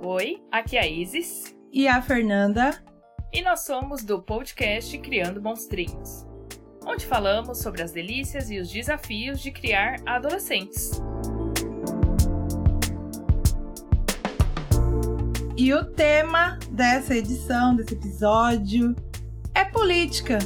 Oi, aqui é a Isis. E a Fernanda. E nós somos do podcast Criando Monstrinhos, onde falamos sobre as delícias e os desafios de criar adolescentes. E o tema dessa edição, desse episódio, é política.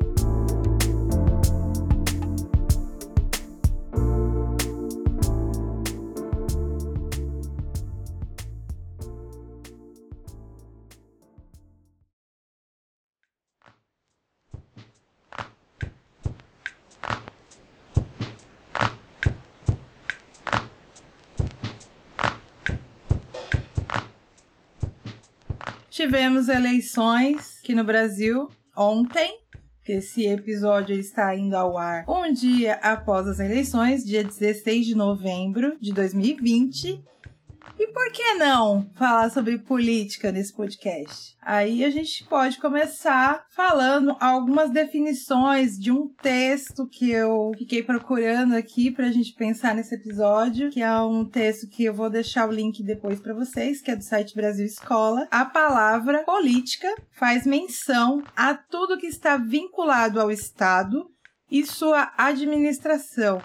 Tivemos eleições aqui no Brasil ontem, que esse episódio está indo ao ar um dia após as eleições, dia 16 de novembro de 2020. E por que não falar sobre política nesse podcast? Aí a gente pode começar falando algumas definições de um texto que eu fiquei procurando aqui pra gente pensar nesse episódio, que é um texto que eu vou deixar o link depois pra vocês, que é do site Brasil Escola. A palavra política faz menção a tudo que está vinculado ao Estado e sua administração.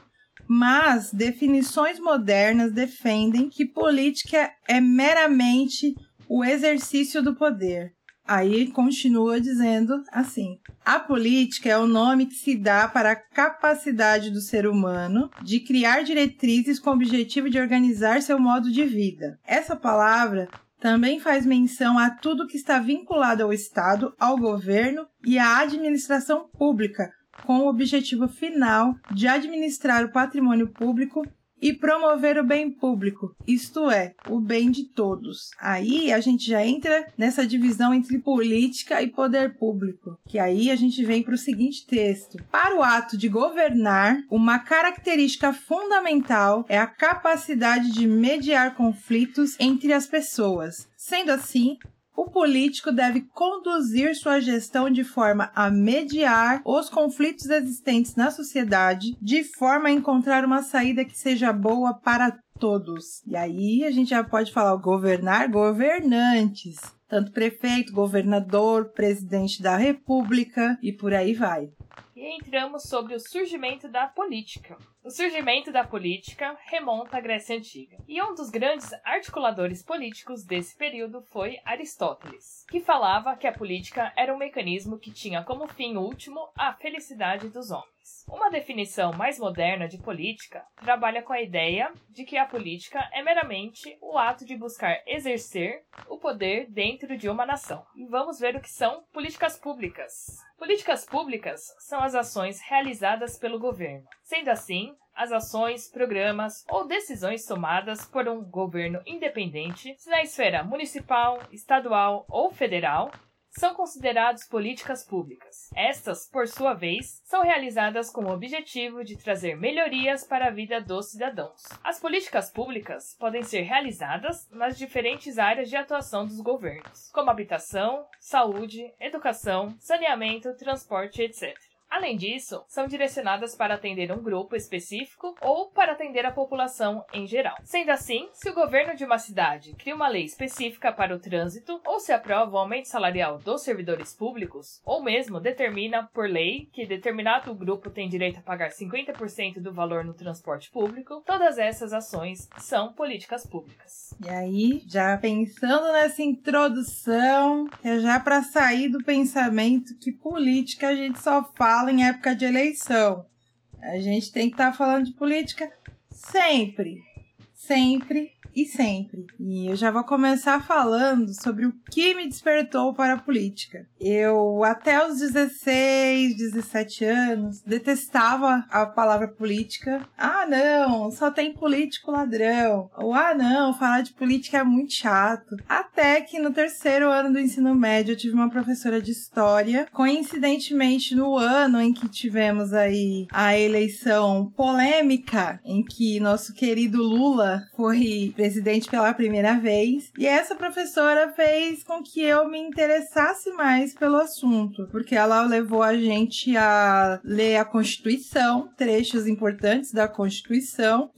Mas definições modernas defendem que política é meramente o exercício do poder. Aí continua dizendo assim: a política é o nome que se dá para a capacidade do ser humano de criar diretrizes com o objetivo de organizar seu modo de vida. Essa palavra também faz menção a tudo que está vinculado ao Estado, ao governo e à administração pública, com o objetivo final de administrar o patrimônio público e promover o bem público, isto é, o bem de todos. Aí a gente já entra nessa divisão entre política e poder público, que aí a gente vem para o seguinte texto. Para o ato de governar, uma característica fundamental é a capacidade de mediar conflitos entre as pessoas. Sendo assim, o político deve conduzir sua gestão de forma a mediar os conflitos existentes na sociedade, de forma a encontrar uma saída que seja boa para todos. E aí a gente já pode falar governar, governantes. Tanto prefeito, governador, presidente da república e por aí vai. E entramos sobre o surgimento da política. O surgimento da política remonta à Grécia Antiga. E um dos grandes articuladores políticos desse período foi Aristóteles, que falava que a política era um mecanismo que tinha como fim último a felicidade dos homens. Uma definição mais moderna de política trabalha com a ideia de que a política é meramente o ato de buscar exercer o poder dentro de uma nação. E vamos ver o que são políticas públicas. Políticas públicas são as ações realizadas pelo governo. Sendo assim, as ações, programas ou decisões tomadas por um governo independente, se na esfera municipal, estadual ou federal, são considerados políticas públicas. Estas, por sua vez, são realizadas com o objetivo de trazer melhorias para a vida dos cidadãos. As políticas públicas podem ser realizadas nas diferentes áreas de atuação dos governos, como habitação, saúde, educação, saneamento, transporte, etc. Além disso, são direcionadas para atender um grupo específico ou para atender a população em geral. Sendo assim, se o governo de uma cidade cria uma lei específica para o trânsito, ou se aprova o aumento salarial dos servidores públicos, ou mesmo determina por lei que determinado grupo tem direito a pagar 50% do valor no transporte público, todas essas ações são políticas públicas. E aí, já pensando nessa introdução, é já para sair do pensamento que política a gente só fala em época de eleição. A gente tem que estar falando de política sempre e sempre. E eu já vou começar falando sobre o que me despertou para a política. Eu, até os 16, 17 anos, detestava a palavra política. Ah, não, só tem político ladrão. Ou, ah, não, falar de política é muito chato. Até que no terceiro ano do ensino médio eu tive uma professora de história. Coincidentemente, no ano em que tivemos aí a eleição polêmica, em que nosso querido Lula foi presidente pela primeira vez, e essa professora fez com que eu me interessasse mais pelo assunto, porque ela levou a gente a ler a Constituição, trechos importantes da Constituição, e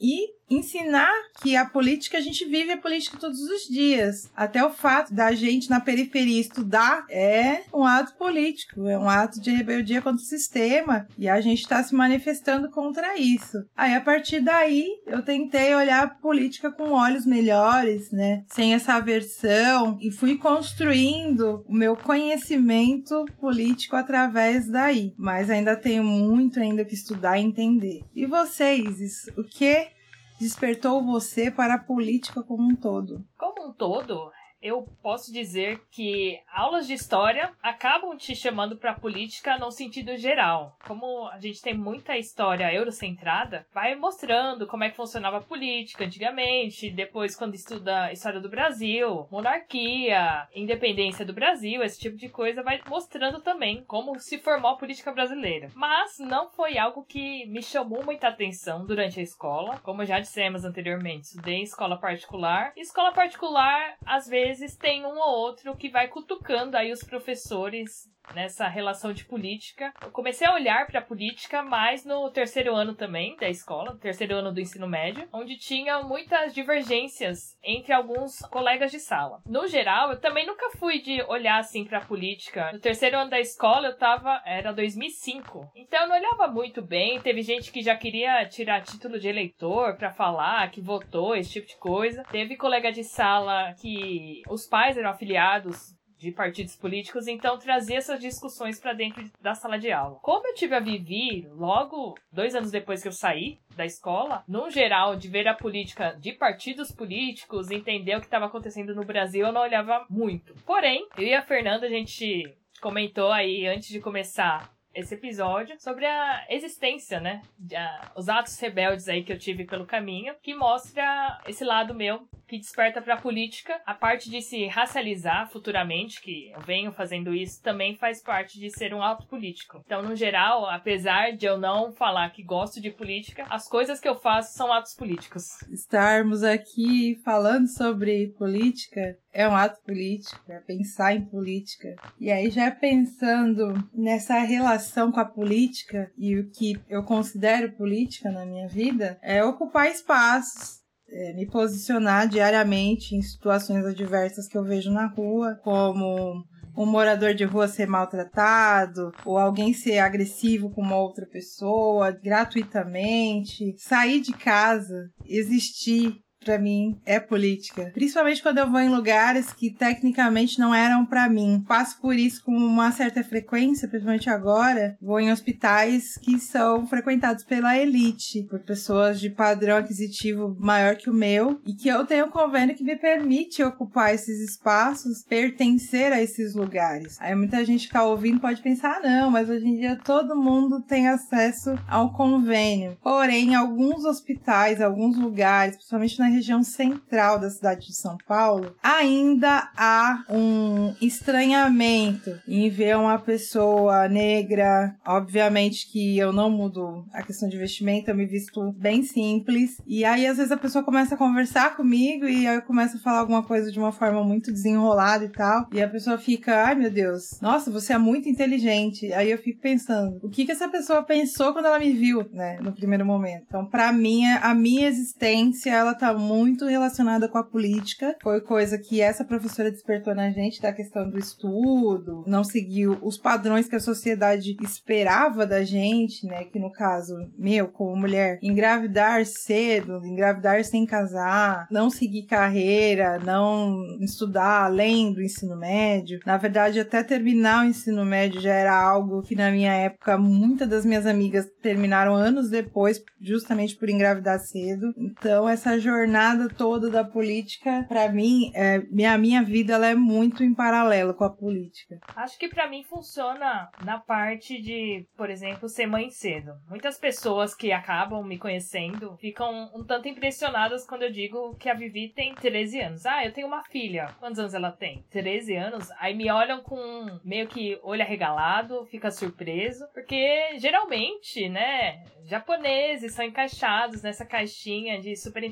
ensinar que a política, a gente vive a política todos os dias. Até o fato da gente na periferia estudar é um ato político, é um ato de rebeldia contra o sistema e a gente está se manifestando contra isso. Aí, a partir daí, eu tentei olhar a política com olhos melhores, né? Sem essa aversão, e fui construindo o meu conhecimento político através daí. Mas ainda tenho muito ainda que estudar e entender. E vocês, o que despertou você para a política como um todo? Como um todo, eu posso dizer que aulas de história acabam te chamando para a política no sentido geral. Como a gente tem muita história eurocentrada, vai mostrando como é que funcionava a política antigamente, depois quando estuda a história do Brasil, monarquia, independência do Brasil, esse tipo de coisa, vai mostrando também como se formou a política brasileira. Mas não foi algo que me chamou muita atenção durante a escola. Como já dissemos anteriormente, estudei em escola particular. E escola particular, às vezes, tem um ou outro que vai cutucando aí os professores nessa relação de política. Eu comecei a olhar para a política mais no terceiro ano também da escola, terceiro ano do ensino médio, onde tinha muitas divergências entre alguns colegas de sala. No geral, eu também nunca fui de olhar assim para a política. No terceiro ano da escola era 2005, então eu não olhava muito bem. Teve gente que já queria tirar título de eleitor para falar que votou, esse tipo de coisa. Teve colega de sala que os pais eram afiliados de partidos políticos, então trazia essas discussões para dentro da sala de aula. Como eu tive a viver logo 2 anos depois que eu saí da escola, no geral, de ver a política de partidos políticos, entender o que estava acontecendo no Brasil, eu não olhava muito. Porém, eu e a Fernanda, a gente comentou aí antes de começar esse episódio sobre a existência, né, os atos rebeldes aí que eu tive pelo caminho, que mostra esse lado meu que desperta para a política. A parte de se racializar futuramente, que eu venho fazendo isso, também faz parte de ser um ato político. Então, no geral, apesar de eu não falar que gosto de política, as coisas que eu faço são atos políticos. Estarmos aqui falando sobre política é um ato político, é pensar em política. E aí, já pensando nessa relação com a política e o que eu considero política na minha vida, é ocupar espaços, me posicionar diariamente em situações adversas que eu vejo na rua, como um morador de rua ser maltratado, ou alguém ser agressivo com uma outra pessoa gratuitamente, sair de casa, existir. Pra mim, é política. Principalmente quando eu vou em lugares que tecnicamente não eram pra mim. Passo por isso com uma certa frequência, principalmente agora. Vou em hospitais que são frequentados pela elite, por pessoas de padrão aquisitivo maior que o meu, e que eu tenho um convênio que me permite ocupar esses espaços, pertencer a esses lugares. Aí muita gente que tá ouvindo pode pensar, não, mas hoje em dia todo mundo tem acesso ao convênio. Porém, alguns hospitais, alguns lugares, principalmente na região central da cidade de São Paulo, ainda há um estranhamento em ver uma pessoa negra. Obviamente que eu não mudo a questão de vestimenta, eu me visto bem simples, e aí às vezes a pessoa começa a conversar comigo e aí eu começo a falar alguma coisa de uma forma muito desenrolada e tal, e a pessoa fica, ai meu Deus, nossa, você é muito inteligente. Aí eu fico pensando, o que essa pessoa pensou quando ela me viu, né, no primeiro momento? Então, pra mim, a minha existência, ela tá muito relacionada com a política. Foi coisa que essa professora despertou na gente, da questão do estudo, não seguiu os padrões que a sociedade esperava da gente, né? Que no caso, como mulher, engravidar cedo, engravidar sem casar, não seguir carreira, não estudar além do ensino médio. Na verdade, até terminar o ensino médio já era algo que na minha época, muitas das minhas amigas terminaram anos depois, justamente por engravidar cedo. Então, essa jornada toda da política, pra mim, minha vida ela é muito em paralelo com a política. Acho que pra mim funciona na parte de, por exemplo, ser mãe cedo. Muitas pessoas que acabam me conhecendo ficam um tanto impressionadas quando eu digo que a Vivi tem 13 anos. Ah, eu tenho uma filha. Quantos anos ela tem? 13 anos. Aí me olham com meio que olho arregalado, fica surpreso, porque geralmente, né, japoneses são encaixados nessa caixinha de super inteligente,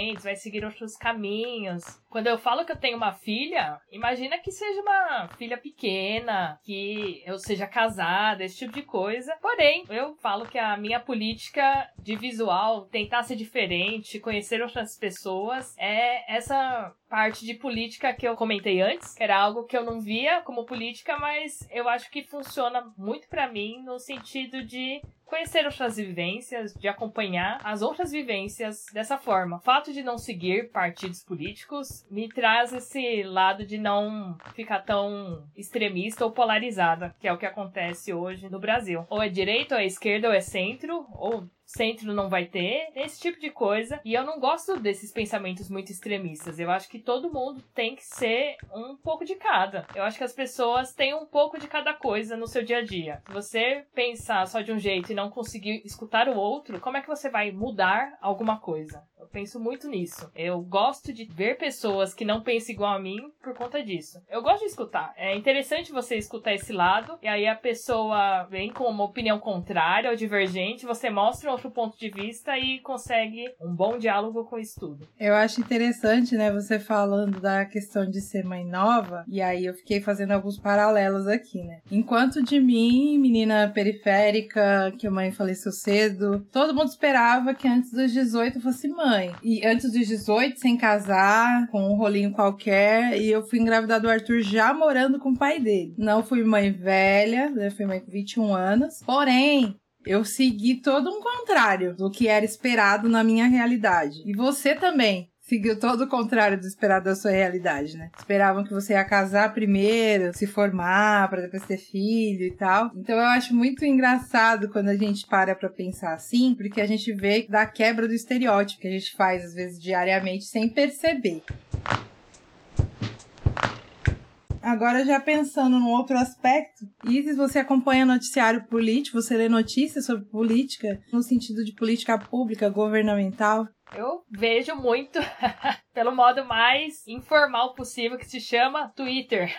diferentes, vai seguir outros caminhos. Quando eu falo que eu tenho uma filha, imagina que seja uma filha pequena, que eu seja casada, esse tipo de coisa. Porém, eu falo que a minha política de visual, tentar ser diferente, conhecer outras pessoas, é essa parte de política que eu comentei antes, que era algo que eu não via como política, mas eu acho que funciona muito pra mim no sentido de conhecer outras vivências, de acompanhar as outras vivências dessa forma. O fato de não seguir partidos políticos me traz esse lado de não ficar tão extremista ou polarizada, que é o que acontece hoje no Brasil. Ou é direita, ou é esquerda, ou é centro, ou centro não vai ter, esse tipo de coisa. E eu não gosto desses pensamentos muito extremistas. Eu acho que todo mundo tem que ser um pouco de cada. Eu acho que as pessoas têm um pouco de cada coisa no seu dia a dia. Se você pensar só de um jeito e não conseguir escutar o outro, como é que você vai mudar alguma coisa? Eu penso muito nisso. Eu gosto de ver pessoas que não pensam igual a mim por conta disso. Eu gosto de escutar. É interessante você escutar esse lado, e aí a pessoa vem com uma opinião contrária ou divergente, você mostra outro ponto de vista e consegue um bom diálogo com isso tudo. Eu acho interessante, né, você falando da questão de ser mãe nova, e aí eu fiquei fazendo alguns paralelos aqui, né? Enquanto de mim, menina periférica, que a mãe faleceu cedo, todo mundo esperava que antes dos 18 fosse mãe. E antes dos 18, sem casar, com um rolinho qualquer, e eu fui engravidar do Arthur já morando com o pai dele. Não fui mãe velha, né? Fui mãe com 21 anos. Porém, eu segui todo um contrário do que era esperado na minha realidade. E você também seguiu todo o contrário do esperado da sua realidade, né? Esperavam que você ia casar primeiro, se formar, pra depois ter filho e tal. Então eu acho muito engraçado quando a gente para pra pensar assim, porque a gente vê da quebra do estereótipo que a gente faz, às vezes, diariamente, sem perceber. Agora, já pensando num outro aspecto, Isis, você acompanha noticiário político, você lê notícias sobre política, no sentido de política pública, governamental? Eu vejo muito pelo modo mais informal possível, que se chama Twitter.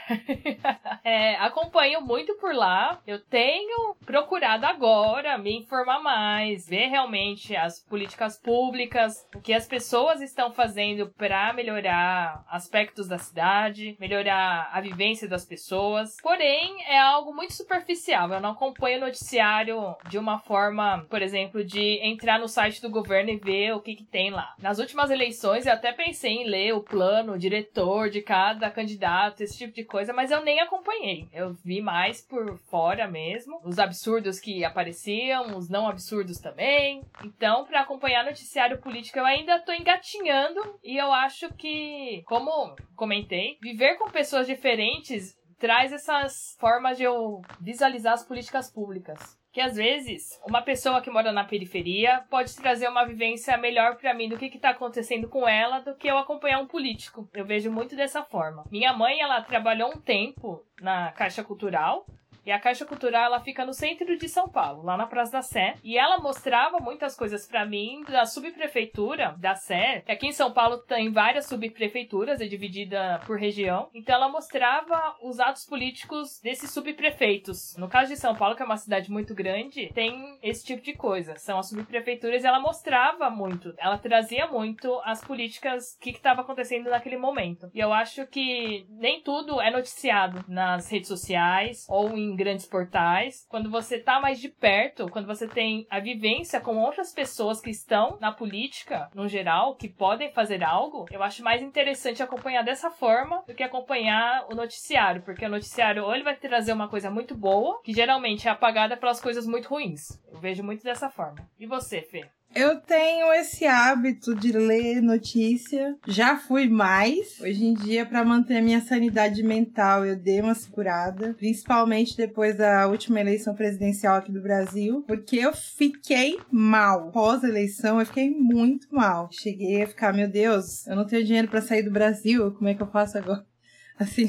Acompanho muito por lá. Eu tenho procurado agora me informar mais, ver realmente as políticas públicas, o que as pessoas estão fazendo para melhorar aspectos da cidade, melhorar a vivência das pessoas. Porém, é algo muito superficial. Eu não acompanho o noticiário de uma forma, por exemplo, de entrar no site do governo e ver o que tem lá. Nas últimas eleições, eu até pensei em ler o plano, o diretor de cada candidato, esse tipo de coisa, mas eu nem acompanhei. Eu vi mais por fora mesmo, os absurdos que apareciam, os não absurdos também. Então, para acompanhar noticiário político, eu ainda tô engatinhando, e eu acho que, como comentei, viver com pessoas diferentes traz essas formas de eu visualizar as políticas públicas. Que às vezes, uma pessoa que mora na periferia pode trazer uma vivência melhor pra mim do que tá acontecendo com ela do que eu acompanhar um político. Eu vejo muito dessa forma. Minha mãe, ela trabalhou um tempo na Caixa Cultural. E a Caixa Cultural, ela fica no centro de São Paulo, lá na Praça da Sé. E ela mostrava muitas coisas pra mim da subprefeitura da Sé. Que aqui em São Paulo tem várias subprefeituras, é dividida por região. Então ela mostrava os atos políticos desses subprefeitos. No caso de São Paulo, que é uma cidade muito grande, tem esse tipo de coisa. São as subprefeituras, e ela mostrava muito. Ela trazia muito as políticas, o que estava acontecendo naquele momento. E eu acho que nem tudo é noticiado nas redes sociais ou em grandes portais. Quando você tá mais de perto, quando você tem a vivência com outras pessoas que estão na política, no geral, que podem fazer algo, eu acho mais interessante acompanhar dessa forma do que acompanhar o noticiário, porque o noticiário ou ele vai trazer uma coisa muito boa, que geralmente é apagada pelas coisas muito ruins. Eu vejo muito dessa forma. E você, Fê? Eu tenho esse hábito de ler notícia. Já fui mais. Hoje em dia, para manter a minha sanidade mental, eu dei uma segurada. Principalmente depois da última eleição presidencial aqui do Brasil. Porque eu fiquei mal. Pós-eleição, eu fiquei muito mal. Cheguei a ficar, meu Deus, eu não tenho dinheiro para sair do Brasil. Como é que eu faço agora? Assim,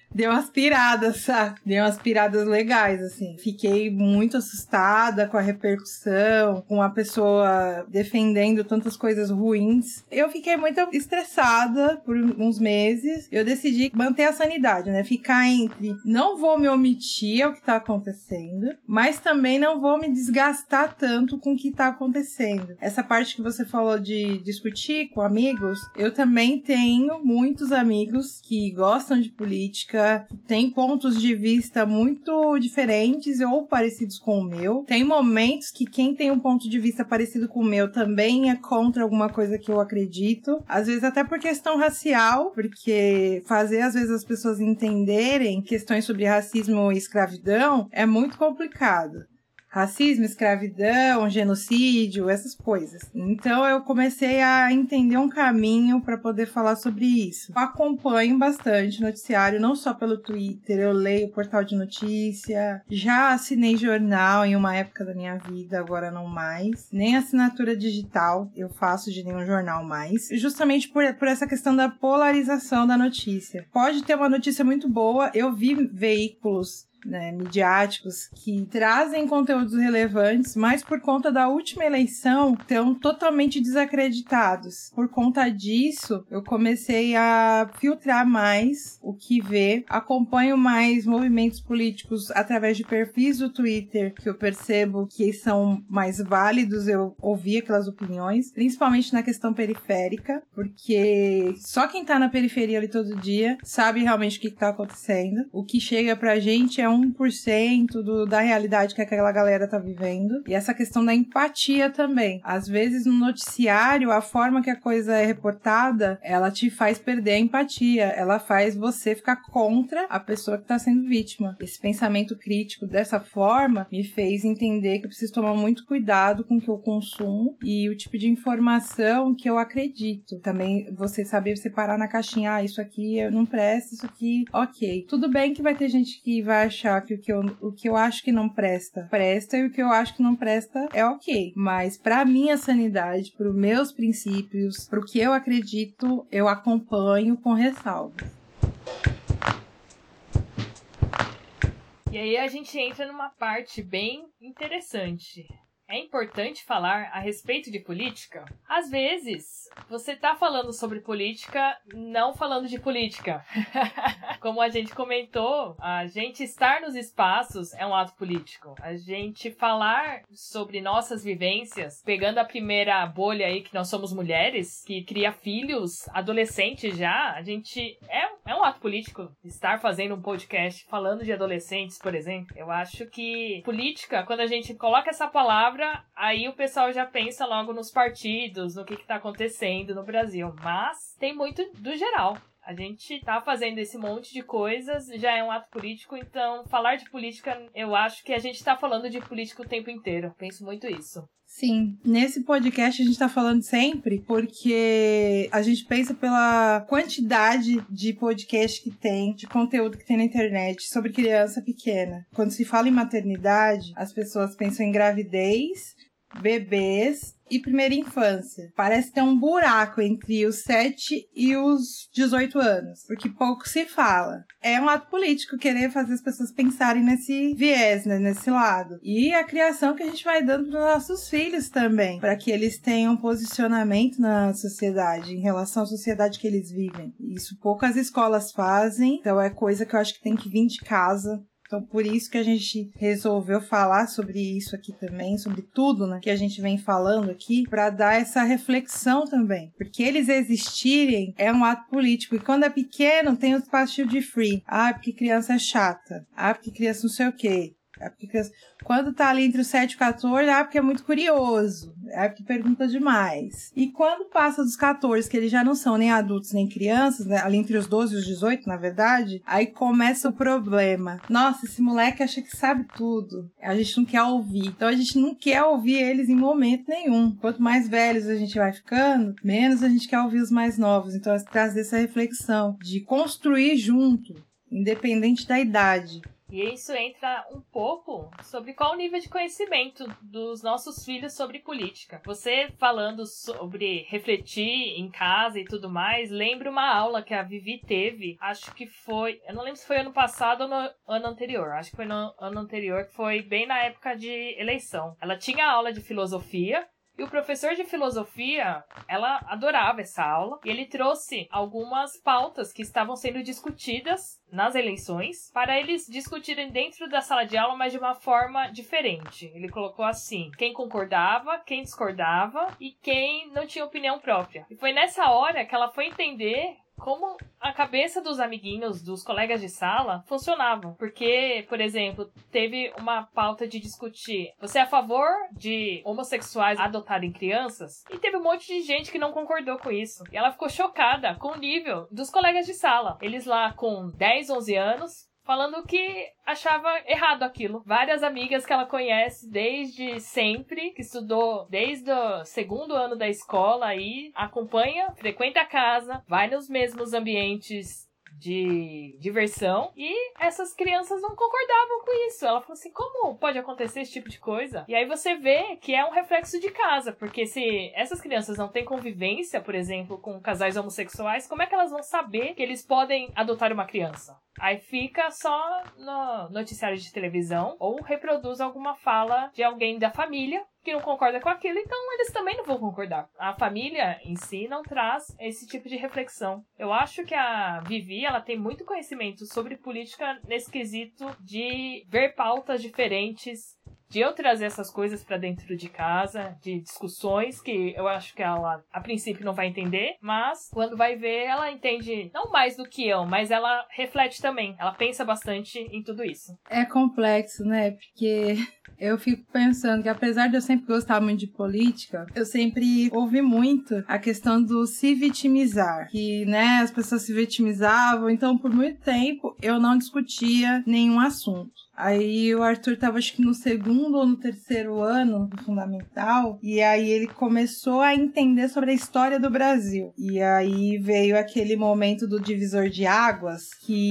deu umas piradas, sabe? Deu umas piradas legais, assim. Fiquei muito assustada com a repercussão, com a pessoa defendendo tantas coisas ruins. Eu fiquei muito estressada por uns meses. Eu decidi manter a sanidade, né? Ficar entre não vou me omitir ao que tá acontecendo, mas também não vou me desgastar tanto com o que tá acontecendo. Essa parte que você falou de discutir com amigos, eu também tenho muitos amigos que gostam de política, que têm pontos de vista muito diferentes ou parecidos com o meu. Tem momentos que quem tem um ponto de vista parecido com o meu também é contra alguma coisa que eu acredito. Às vezes até por questão racial, porque fazer às vezes as pessoas entenderem questões sobre racismo e escravidão é muito complicado. Racismo, escravidão, genocídio, essas coisas. Então eu comecei a entender um caminho para poder falar sobre isso. Eu acompanho bastante noticiário, não só pelo Twitter, eu leio portal de notícia, já assinei jornal em uma época da minha vida, agora não mais. Nem assinatura digital eu faço de nenhum jornal mais, justamente por essa questão da polarização da notícia. Pode ter uma notícia muito boa, eu vi veículos midiáticos que trazem conteúdos relevantes, mas por conta da última eleição estão totalmente desacreditados. Por conta disso, eu comecei a filtrar mais o que ver, acompanho mais movimentos políticos através de perfis do Twitter, que eu percebo que são mais válidos eu ouvir aquelas opiniões, principalmente na questão periférica, porque só quem tá na periferia ali todo dia sabe realmente o que tá acontecendo. O que chega pra gente é 1% da realidade que aquela galera tá vivendo. E essa questão da empatia também. Às vezes no noticiário, a forma que a coisa é reportada, ela te faz perder a empatia. Ela faz você ficar contra a pessoa que tá sendo vítima. Esse pensamento crítico dessa forma me fez entender que eu preciso tomar muito cuidado com o que eu consumo e o tipo de informação que eu acredito. Também você saber separar na caixinha, isso aqui não presta, isso aqui, ok. Tudo bem que vai ter gente que vai achar que o que eu acho que não presta, presta, e o que eu acho que não presta é ok. Mas pra minha sanidade, pros meus princípios, pro que eu acredito, eu acompanho com ressalvas. E aí a gente entra numa parte bem interessante. É importante falar a respeito de política? Às vezes, você tá falando sobre política, não falando de política. Como a gente comentou, a gente estar nos espaços é um ato político. A gente falar sobre nossas vivências, pegando a primeira bolha aí que nós somos mulheres, que cria filhos, adolescentes já, a gente é um ato político. Estar fazendo um podcast falando de adolescentes, por exemplo. Eu acho que política, quando a gente coloca essa palavra, aí o pessoal já pensa logo nos partidos, no que tá acontecendo no Brasil. Mas tem muito do geral. A gente tá fazendo esse monte de coisas, já é um ato político, então falar de política, eu acho que a gente tá falando de política o tempo inteiro. Penso muito isso. Sim, nesse podcast a gente tá falando sempre porque a gente pensa pela quantidade de podcast que tem, de conteúdo que tem na internet sobre criança pequena. Quando se fala em maternidade, as pessoas pensam em gravidez, bebês e primeira infância. Parece ter um buraco entre os 7 e os 18 anos, porque pouco se fala. É um ato político querer fazer as pessoas pensarem nesse viés, né, nesse lado. E a criação que a gente vai dando para os nossos filhos também, para que eles tenham um posicionamento na sociedade, em relação à sociedade que eles vivem. Isso poucas escolas fazem, então é coisa que eu acho que tem que vir de casa. Então, por isso que a gente resolveu falar sobre isso aqui também, sobre tudo, né, que a gente vem falando aqui, para dar essa reflexão também. Porque eles existirem é um ato político. E quando é pequeno, tem os pastilhos de free. Ah, porque criança é chata. Ah, porque criança não sei o quê. Ah, porque criança... Quando tá ali entre os 7 e 14, porque é muito curioso. Porque pergunta demais. E quando passa dos 14, que eles já não são nem adultos nem crianças, né? Ali entre os 12 e os 18, na verdade, aí começa o problema. Nossa, esse moleque acha que sabe tudo. A gente não quer ouvir. Então a gente não quer ouvir eles em momento nenhum. Quanto mais velhos a gente vai ficando, menos a gente quer ouvir os mais novos. Então trazer essa reflexão de construir junto, independente da idade. E isso entra um pouco sobre qual o nível de conhecimento dos nossos filhos sobre política. Você falando sobre refletir em casa e tudo mais, lembra uma aula que a Vivi teve, acho que foi, eu não lembro se foi ano passado ou no ano anterior, acho que foi no ano anterior, que foi bem na época de eleição. Ela tinha aula de filosofia, e o professor de filosofia, ela adorava essa aula, e ele trouxe algumas pautas que estavam sendo discutidas nas eleições, para eles discutirem dentro da sala de aula, mas de uma forma diferente. Ele colocou assim, quem concordava, quem discordava e quem não tinha opinião própria. E foi nessa hora que ela foi entender como a cabeça dos amiguinhos, dos colegas de sala, funcionava. Porque, por exemplo, teve uma pauta de discutir, você é a favor de homossexuais adotarem crianças? E teve um monte de gente que não concordou com isso. E ela ficou chocada com o nível dos colegas de sala. Eles lá com 10, 11 anos, falando que achava errado aquilo. Várias amigas que ela conhece desde sempre, que estudou desde o segundo ano da escola aí, acompanha, frequenta a casa, vai nos mesmos ambientes de diversão, e essas crianças não concordavam com isso. Ela falou assim, como pode acontecer esse tipo de coisa? E aí você vê que é um reflexo de casa, porque se essas crianças não têm convivência, por exemplo, com casais homossexuais, como é que elas vão saber que eles podem adotar uma criança? Aí fica só no noticiário de televisão, ou reproduz alguma fala de alguém da família que não concorda com aquilo, então eles também não vão concordar. A família em si não traz esse tipo de reflexão. Eu acho que a Vivi, ela tem muito conhecimento sobre política nesse quesito de ver pautas diferentes, de eu trazer essas coisas pra dentro de casa, de discussões que eu acho que ela, a princípio, não vai entender, mas quando vai ver, ela entende não mais do que eu, mas ela reflete também. Ela pensa bastante em tudo isso. É complexo, né? Porque eu fico pensando que, apesar de eu sempre gostar muito de política, eu sempre ouvi muito a questão do se vitimizar. Que, né, as pessoas se vitimizavam. Então, por muito tempo, eu não discutia nenhum assunto. Aí o Arthur tava, acho que no segundo ou no terceiro ano do fundamental, e aí ele começou a entender sobre a história do Brasil. E aí veio aquele momento do divisor de águas,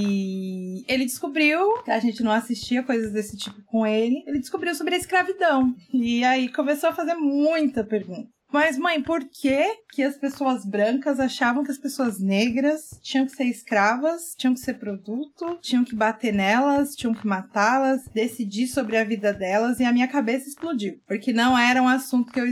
que ele descobriu, que a gente não assistia coisas desse tipo com ele descobriu sobre a escravidão. E aí começou a fazer muita pergunta. Mas, mãe, por que as pessoas brancas achavam que as pessoas negras tinham que ser escravas, tinham que ser produto, tinham que bater nelas, tinham que matá-las, decidir sobre a vida delas? E a minha cabeça explodiu. Porque não era um assunto que eu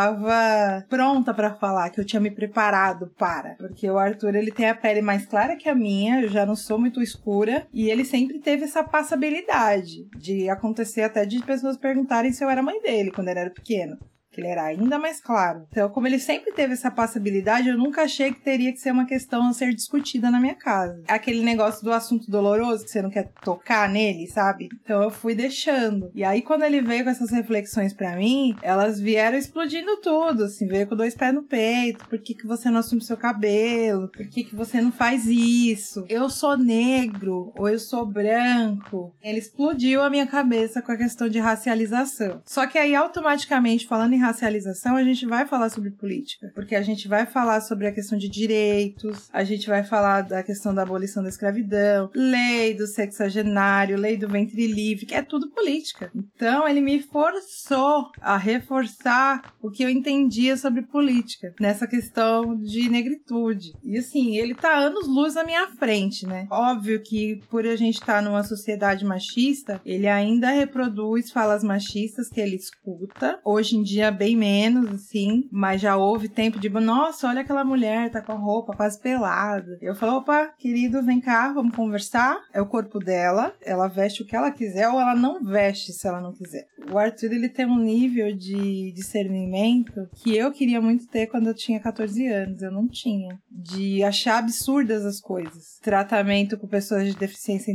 estava pronta para falar, que eu tinha me preparado para. Porque o Arthur, ele tem a pele mais clara que a minha, eu já não sou muito escura, e ele sempre teve essa passabilidade de acontecer até de pessoas perguntarem se eu era mãe dele quando ele era pequeno. Que ele era ainda mais claro. Então, como ele sempre teve essa passabilidade, eu nunca achei que teria que ser uma questão a ser discutida na minha casa. Aquele negócio do assunto doloroso, que você não quer tocar nele, sabe? Então, eu fui deixando. E aí, quando ele veio com essas reflexões pra mim, elas vieram explodindo tudo, assim, veio com 2 pés no peito. Por que você não assume seu cabelo? Por que você não faz isso? Eu sou negro, ou eu sou branco. Ele explodiu a minha cabeça com a questão de racialização. Só que aí, automaticamente, falando em racialização, a gente vai falar sobre política, porque a gente vai falar sobre a questão de direitos, a gente vai falar da questão da abolição da escravidão, lei do sexagenário, lei do ventre livre, que é tudo política. Então, ele me forçou a reforçar o que eu entendia sobre política, nessa questão de negritude. E assim, ele tá anos-luz na minha frente, né? Óbvio que, por a gente estar numa sociedade machista, ele ainda reproduz falas machistas que ele escuta. Hoje em dia, bem menos, assim, mas já houve tempo de, nossa, olha aquela mulher, tá com a roupa quase pelada. Eu falo, opa, querido, vem cá, vamos conversar. É o corpo dela, ela veste o que ela quiser ou ela não veste se ela não quiser. O Arthur, ele tem um nível de discernimento que eu queria muito ter quando eu tinha 14 anos, eu não tinha. De achar absurdas as coisas. Tratamento com pessoas de deficiência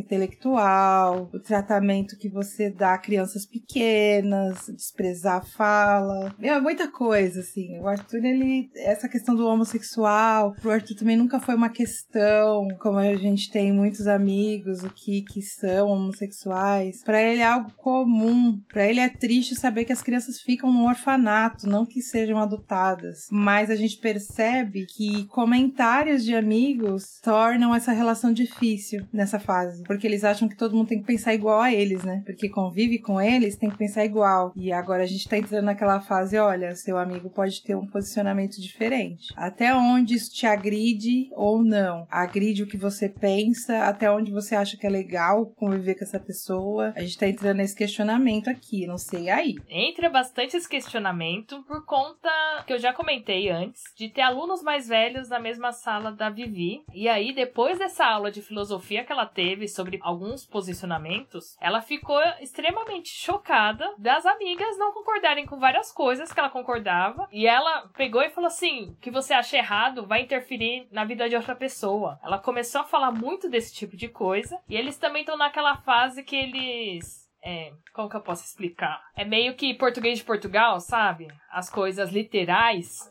intelectual, o tratamento que você dá a crianças pequenas, desprezar a fala. Nossa, é muita coisa, assim. O Arthur, essa questão do homossexual, pro Arthur também nunca foi uma questão, como a gente tem muitos amigos, o que são homossexuais. Pra ele é algo comum. Pra ele é triste saber que as crianças ficam no orfanato, não que sejam adotadas. Mas a gente percebe que comentários de amigos tornam essa relação difícil nessa fase. Porque eles acham que todo mundo tem que pensar igual a eles, né? Porque convive com eles, tem que pensar igual. E agora a gente tá entrando naquela fase, olha, seu amigo pode ter um posicionamento diferente. Até onde isso te agride ou não. Agride o que você pensa, até onde você acha que é legal conviver com essa pessoa. A gente tá entrando nesse questionamento aqui, não sei aí. Entra bastante esse questionamento por conta que eu já comentei antes, de ter alunos mais velhos na mesma sala da Vivi. E aí, depois dessa aula de filosofia que ela teve sobre alguns posicionamentos, ela ficou extremamente chocada das amigas não concordarem com várias coisas que ela concordava. E ela pegou e falou assim, que você acha errado vai interferir na vida de outra pessoa. Ela começou a falar muito desse tipo de coisa. E eles também estão naquela fase que eles... como que eu posso explicar? É meio que português de Portugal, sabe? As coisas literais.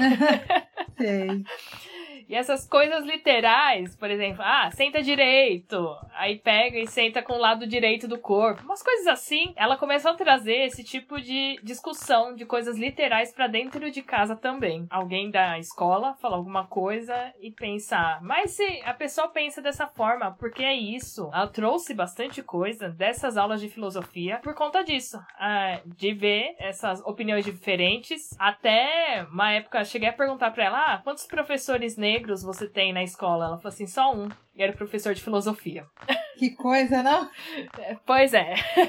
Sei. E essas coisas literais, por exemplo, senta direito, aí pega e senta com o lado direito do corpo, umas coisas assim. Ela começou a trazer esse tipo de discussão de coisas literais pra dentro de casa também. Alguém da escola fala alguma coisa e pensa, mas se a pessoa pensa dessa forma, por que é isso? Ela trouxe bastante coisa dessas aulas de filosofia por conta disso, de ver essas opiniões diferentes. Até uma época eu cheguei a perguntar pra ela, quantos professores negros você tem na escola? Ela falou assim, só um. E era professor de filosofia. Que coisa, não? Pois é.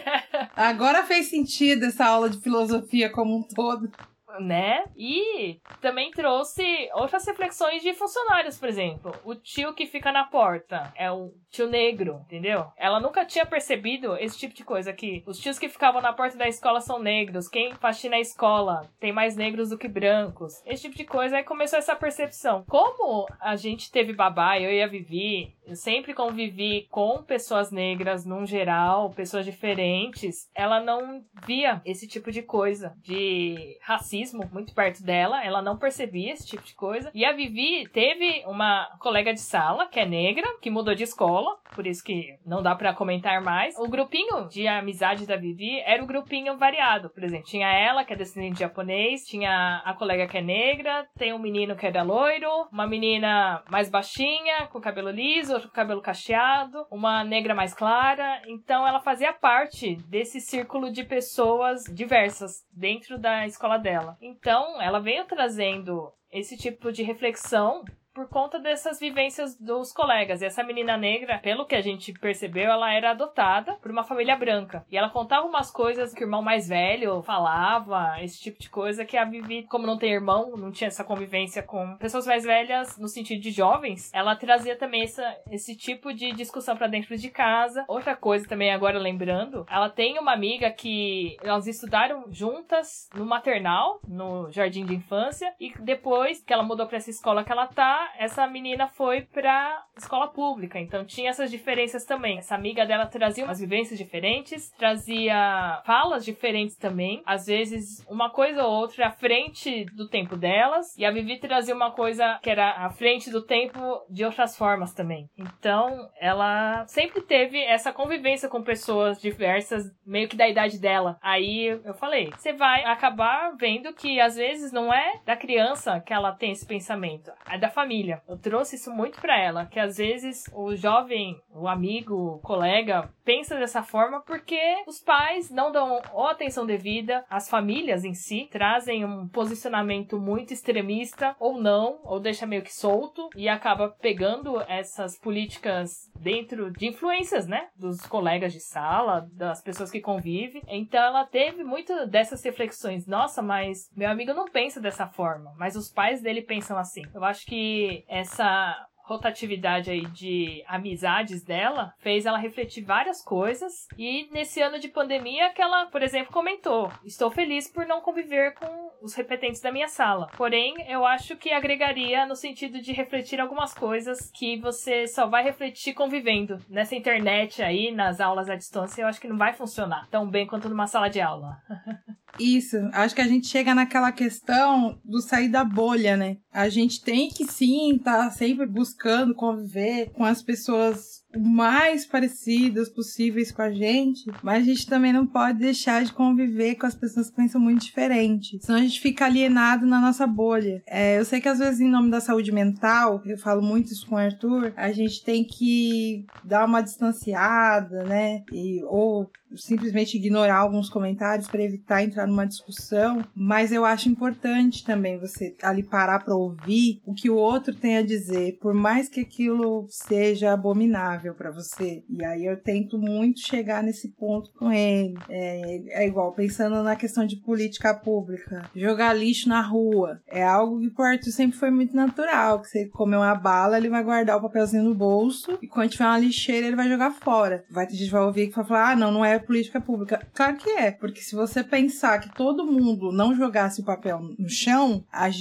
Agora fez sentido essa aula de filosofia como um todo. Né? E também trouxe outras reflexões de funcionários, por exemplo. O tio que fica na porta é o tio negro, entendeu? Ela nunca tinha percebido esse tipo de coisa, que os tios que ficavam na porta da escola são negros, quem faxina a escola tem mais negros do que brancos. Esse tipo de coisa, aí começou essa percepção. Como a gente teve babá, eu e a Vivi, eu sempre convivi com pessoas negras, num geral, pessoas diferentes, ela não via esse tipo de coisa, de racismo muito perto dela, ela não percebia esse tipo de coisa. E a Vivi teve uma colega de sala, que é negra, que mudou de escola, por isso que não dá pra comentar mais. O grupinho de amizade da Vivi era o grupinho variado, por exemplo, tinha ela, que é descendente de japonês, tinha a colega que é negra, tem um menino que era loiro, uma menina mais baixinha, com cabelo liso, outro com cabelo cacheado, uma negra mais clara. Então ela fazia parte desse círculo de pessoas diversas dentro da escola dela. Então, ela veio trazendo esse tipo de reflexão por conta dessas vivências dos colegas. E essa menina negra, pelo que a gente percebeu, ela era adotada por uma família branca. E ela contava umas coisas que o irmão mais velho falava, esse tipo de coisa, que a Vivi, como não tem irmão, não tinha essa convivência com pessoas mais velhas no sentido de jovens, ela trazia também esse tipo de discussão pra dentro de casa. Outra coisa também, agora lembrando, ela tem uma amiga que elas estudaram juntas no maternal, no jardim de infância, e depois que ela mudou pra essa escola que ela tá, essa menina foi pra escola pública, então tinha essas diferenças também. Essa amiga dela trazia umas vivências diferentes, trazia falas diferentes também, às vezes uma coisa ou outra à frente do tempo delas, e a Vivi trazia uma coisa que era à frente do tempo de outras formas também. Então, ela sempre teve essa convivência com pessoas diversas, meio que da idade dela. Aí eu falei, você vai acabar vendo que às vezes não é da criança que ela tem esse pensamento, é da família. Eu trouxe isso muito pra ela, que às vezes o jovem, o amigo, o colega, pensa dessa forma porque os pais não dão ou atenção devida, as famílias em si trazem um posicionamento muito extremista, ou não, ou deixa meio que solto, e acaba pegando essas políticas dentro de influências, né, dos colegas de sala, das pessoas que convivem. Então ela teve muito dessas reflexões. Nossa, mas meu amigo não pensa dessa forma, mas os pais dele pensam assim. Eu acho que essa rotatividade aí de amizades dela fez ela refletir várias coisas, e nesse ano de pandemia que ela, por exemplo, comentou: estou feliz por não conviver com os repetentes da minha sala, porém eu acho que agregaria no sentido de refletir algumas coisas que você só vai refletir convivendo. Nessa internet aí, nas aulas à distância, eu acho que não vai funcionar tão bem quanto numa sala de aula. Isso, acho que a gente chega naquela questão do sair da bolha, né? A gente tem que sim estar sempre buscando conviver com as pessoas o mais parecidas possíveis com a gente, mas a gente também não pode deixar de conviver com as pessoas que pensam muito diferente, senão a gente fica alienado na nossa bolha. Eu sei que às vezes em nome da saúde mental, eu falo muito isso com o Arthur, a gente tem que dar uma distanciada, né, ou simplesmente ignorar alguns comentários para evitar entrar numa discussão, mas eu acho importante também você ali parar para ouvir o que o outro tem a dizer, por mais que aquilo seja abominável para você. E aí eu tento muito chegar nesse ponto com ele. É igual, pensando na questão de política pública, jogar lixo na rua é algo que pro Arthur sempre foi muito natural, que você comer uma bala, ele vai guardar o papelzinho no bolso e quando tiver uma lixeira ele vai jogar fora. Vai ter gente que vai ouvir que vai falar, não é política pública. Claro que é, porque se você pensar que todo mundo não jogasse o papel no chão,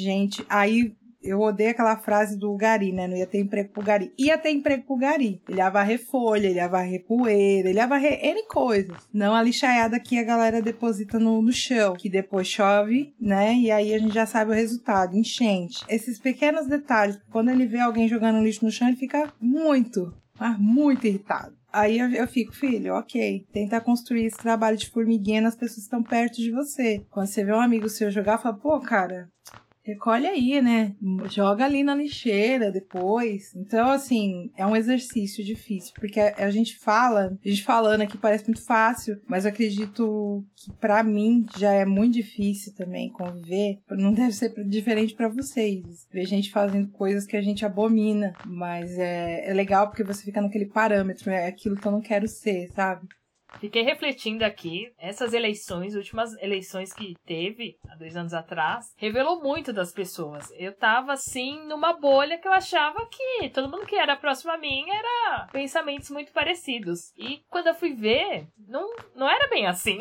aí eu odeio aquela frase do Gari, né? Não ia ter emprego pro Gari. Ia ter emprego pro Gari. Ele ia varrer folha, ele ia varrer poeira, ele ia varrer N coisas. Não a lixaiada que a galera deposita no chão, que depois chove, né? E aí a gente já sabe o resultado, enchente. Esses pequenos detalhes, quando ele vê alguém jogando lixo no chão, ele fica muito irritado. Aí eu fico, filho, ok, tenta construir esse trabalho de formiguinha nas pessoas que estão perto de você. Quando você vê um amigo seu jogar, fala, pô, cara, recolhe aí, né? Joga ali na lixeira depois. Então, assim, é um exercício difícil, porque a gente falando aqui parece muito fácil, mas eu acredito que pra mim já é muito difícil também conviver. Não deve ser diferente pra vocês. Ver gente fazendo coisas que a gente abomina, mas é legal porque você fica naquele parâmetro, é aquilo que eu não quero ser, sabe? Fiquei refletindo aqui, essas eleições, últimas eleições que teve há 2 anos atrás, revelou muito das pessoas. Eu tava, assim, numa bolha que eu achava que todo mundo que era próximo a mim era pensamentos muito parecidos. E quando eu fui ver, não era bem assim.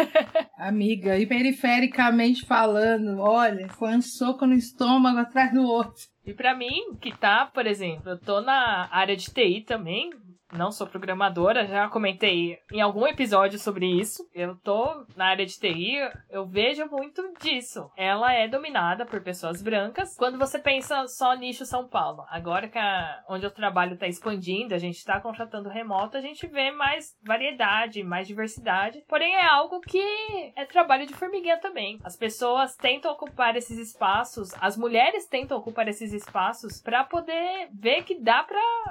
Amiga, e perifericamente falando, olha, foi um soco no estômago atrás do outro. E pra mim, que tá, por exemplo, eu tô na área de TI também, não sou programadora, já comentei em algum episódio sobre isso. Eu tô na área de TI, eu vejo muito disso. Ela é dominada por pessoas brancas. Quando você pensa só nicho São Paulo, agora que onde eu trabalho tá expandindo, a gente tá contratando remoto, a gente vê mais variedade, mais diversidade. Porém, é algo que é trabalho de formiguinha também. As pessoas tentam ocupar esses espaços, as mulheres tentam ocupar esses espaços pra poder ver que dá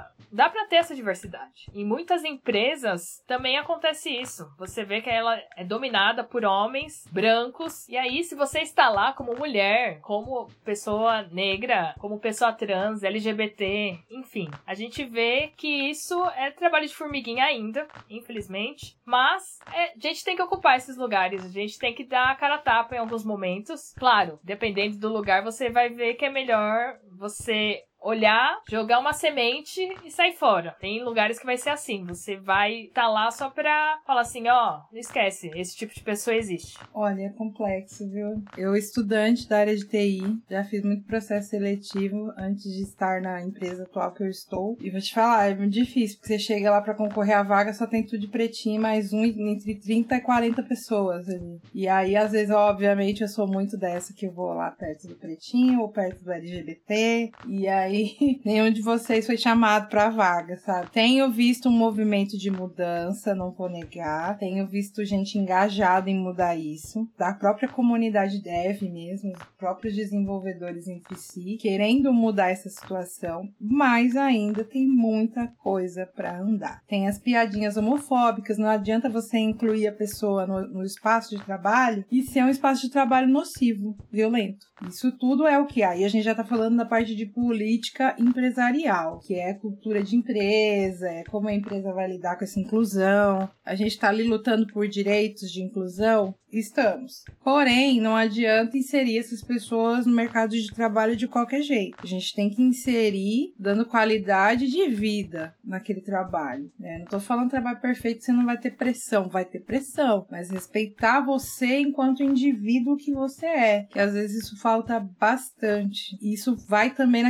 pra ter essa diversidade. Em muitas empresas também acontece isso. Você vê que ela é dominada por homens brancos. E aí, se você está lá como mulher, como pessoa negra, como pessoa trans, LGBT, enfim, a gente vê que isso é trabalho de formiguinha ainda, infelizmente. Mas a gente tem que ocupar esses lugares. A gente tem que dar a cara a tapa em alguns momentos. Claro, dependendo do lugar, você vai ver que é melhor você olhar, jogar uma semente e sair fora. Tem lugares que vai ser assim, você vai estar lá só pra falar assim, ó, não esquece, esse tipo de pessoa existe. Olha, é complexo, viu? Eu, estudante da área de TI, já fiz muito processo seletivo antes de estar na empresa atual que eu estou. E vou te falar, é muito difícil, porque você chega lá pra concorrer à vaga, só tem tudo de pretinho, mais entre 30 e 40 pessoas ali. E aí, às vezes, obviamente, eu sou muito dessa que eu vou lá perto do pretinho ou perto do LGBT, e aí nenhum de vocês foi chamado pra vaga, sabe? Tenho visto um movimento de mudança, não vou negar. Tenho visto gente engajada em mudar isso. Da própria comunidade dev mesmo, os próprios desenvolvedores entre si, querendo mudar essa situação. Mas ainda tem muita coisa pra andar. Tem as piadinhas homofóbicas, não adianta você incluir a pessoa no espaço de trabalho e ser um espaço de trabalho nocivo, violento. Isso tudo é o que? Aí a gente já tá falando da parte de política empresarial, que é a cultura de empresa, é como a empresa vai lidar com essa inclusão. A gente tá ali lutando por direitos de inclusão? Estamos. Porém, não adianta inserir essas pessoas no mercado de trabalho de qualquer jeito. A gente tem que inserir dando qualidade de vida naquele trabalho, né? Não tô falando trabalho perfeito, você não vai ter pressão. Vai ter pressão, mas respeitar você enquanto indivíduo que você é. Que às vezes isso falta bastante. E isso vai também na questão de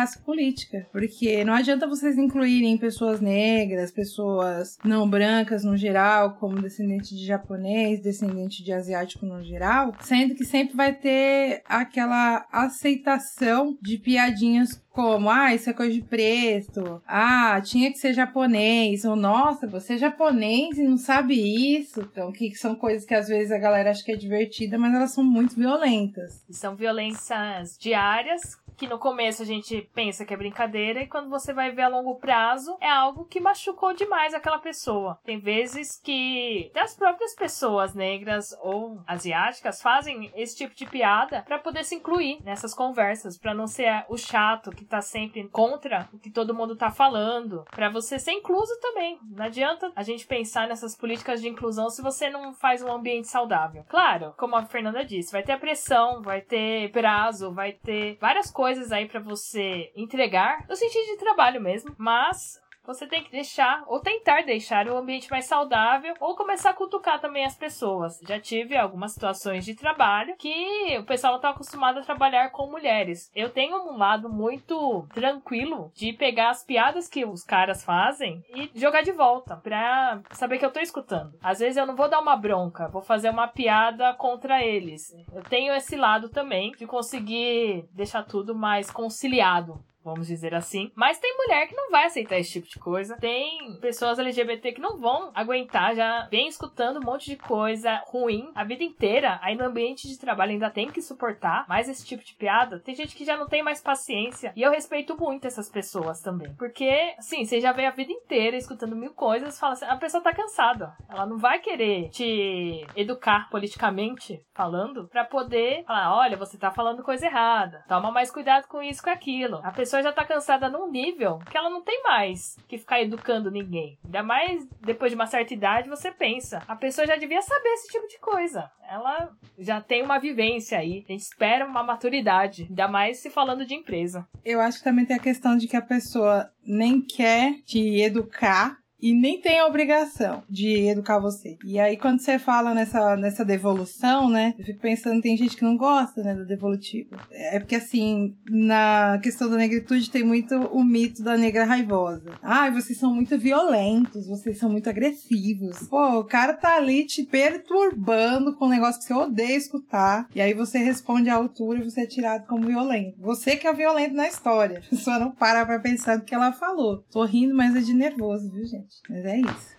raça política. Porque não adianta vocês incluírem pessoas negras, pessoas não brancas no geral, como descendente de japonês, descendente de asiático no geral, sendo que sempre vai ter aquela aceitação de piadinhas como, isso é coisa de preto, tinha que ser japonês, ou nossa, você é japonês e não sabe isso. Então, que são coisas que às vezes a galera acha que é divertida, mas elas são muito violentas. São violências diárias, que no começo a gente pensa que é brincadeira, e quando você vai ver a longo prazo, é algo que machucou demais aquela pessoa. Tem vezes que as próprias pessoas negras ou asiáticas fazem esse tipo de piada pra poder se incluir nessas conversas, pra não ser o chato que tá sempre contra o que todo mundo tá falando, pra você ser incluso também. Não adianta a gente pensar nessas políticas de inclusão se você não faz um ambiente saudável. Claro, como a Fernanda disse, vai ter a pressão, vai ter prazo, vai ter várias coisas aí pra você entregar, no sentido de trabalho mesmo, mas você tem que deixar, ou tentar deixar o ambiente mais saudável, ou começar a cutucar também as pessoas. Já tive algumas situações de trabalho que o pessoal não está acostumado a trabalhar com mulheres. Eu tenho um lado muito tranquilo de pegar as piadas que os caras fazem e jogar de volta, pra saber que eu tô escutando. Às vezes eu não vou dar uma bronca, vou fazer uma piada contra eles. Eu tenho esse lado também de conseguir deixar tudo mais conciliado, vamos dizer assim. Mas tem mulher que não vai aceitar esse tipo de coisa. Tem pessoas LGBT que não vão aguentar, já vem escutando um monte de coisa ruim a vida inteira. Aí no ambiente de trabalho ainda tem que suportar mais esse tipo de piada. Tem gente que já não tem mais paciência. E eu respeito muito essas pessoas também. Porque, assim, você já veio a vida inteira escutando mil coisas, fala assim, a pessoa tá cansada. Ela não vai querer te educar politicamente falando pra poder falar, olha, você tá falando coisa errada. Toma mais cuidado com isso, com aquilo. A pessoa já tá cansada num nível que ela não tem mais que ficar educando ninguém. Ainda mais depois de uma certa idade, você pensa, a pessoa já devia saber esse tipo de coisa. Ela já tem uma vivência aí. A gente espera uma maturidade, ainda mais se falando de empresa. Eu acho que também tem a questão de que a pessoa nem quer te educar e nem tem a obrigação de educar você. E aí, quando você fala nessa devolução, né? Eu fico pensando, tem gente que não gosta, né, da devolutiva. É porque, assim, na questão da negritude tem muito o mito da negra raivosa. Vocês são muito violentos, vocês são muito agressivos. Pô, o cara tá ali te perturbando com um negócio que você odeia escutar. E aí você responde à altura e você é tirado como violento. Você que é violento na história. A pessoa não para pra pensar no que ela falou. Tô rindo, mas é de nervoso, viu, gente? Mas é isso.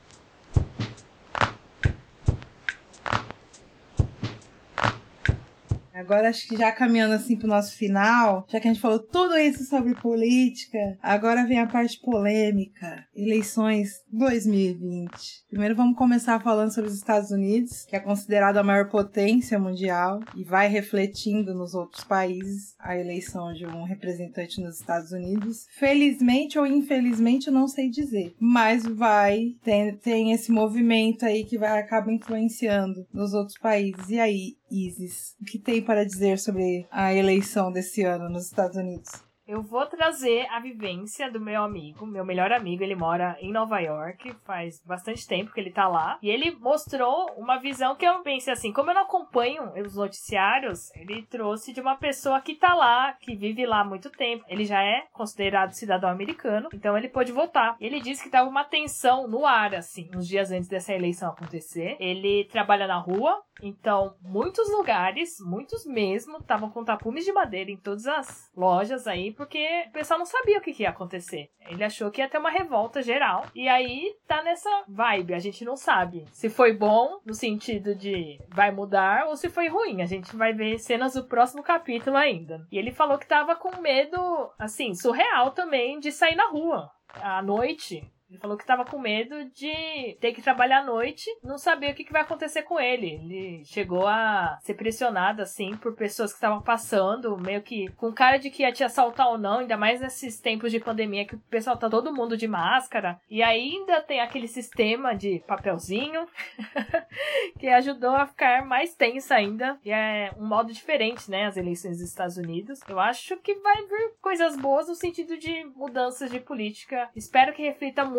Agora, acho que já caminhando assim pro nosso final, já que a gente falou tudo isso sobre política, agora vem a parte polêmica. Eleições 2020. Primeiro vamos começar falando sobre os Estados Unidos, que é considerado a maior potência mundial e vai refletindo nos outros países a eleição de um representante nos Estados Unidos. Felizmente ou infelizmente, eu não sei dizer, mas tem esse movimento aí que acaba influenciando nos outros países. E aí, Isis, o que tem para dizer sobre a eleição desse ano nos Estados Unidos? Eu vou trazer a vivência do meu amigo, meu melhor amigo. Ele mora em Nova York, faz bastante tempo que ele tá lá. E ele mostrou uma visão que eu pensei assim, como eu não acompanho os noticiários, ele trouxe de uma pessoa que tá lá, que vive lá há muito tempo. Ele já é considerado cidadão americano, então ele pôde votar. Ele disse que tava uma tensão no ar, assim, uns dias antes dessa eleição acontecer. Ele trabalha na rua, então muitos lugares, muitos mesmo, estavam com tapumes de madeira em todas as lojas aí, porque o pessoal não sabia o que ia acontecer. Ele achou que ia ter uma revolta geral. E aí tá nessa vibe. A gente não sabe se foi bom, no sentido de vai mudar, ou se foi ruim. A gente vai ver cenas do próximo capítulo ainda. E ele falou que tava com medo, assim, surreal também, de sair na rua à noite. Ele falou que tava com medo de ter que trabalhar à noite, não saber o que vai acontecer com ele. Ele chegou a ser pressionado, assim, por pessoas que estavam passando, meio que com cara de que ia te assaltar ou não, ainda mais nesses tempos de pandemia que o pessoal tá todo mundo de máscara. E ainda tem aquele sistema de papelzinho que ajudou a ficar mais tensa ainda. E é um modo diferente, né, as eleições dos Estados Unidos. Eu acho que vai vir coisas boas no sentido de mudanças de política. Espero que reflita muito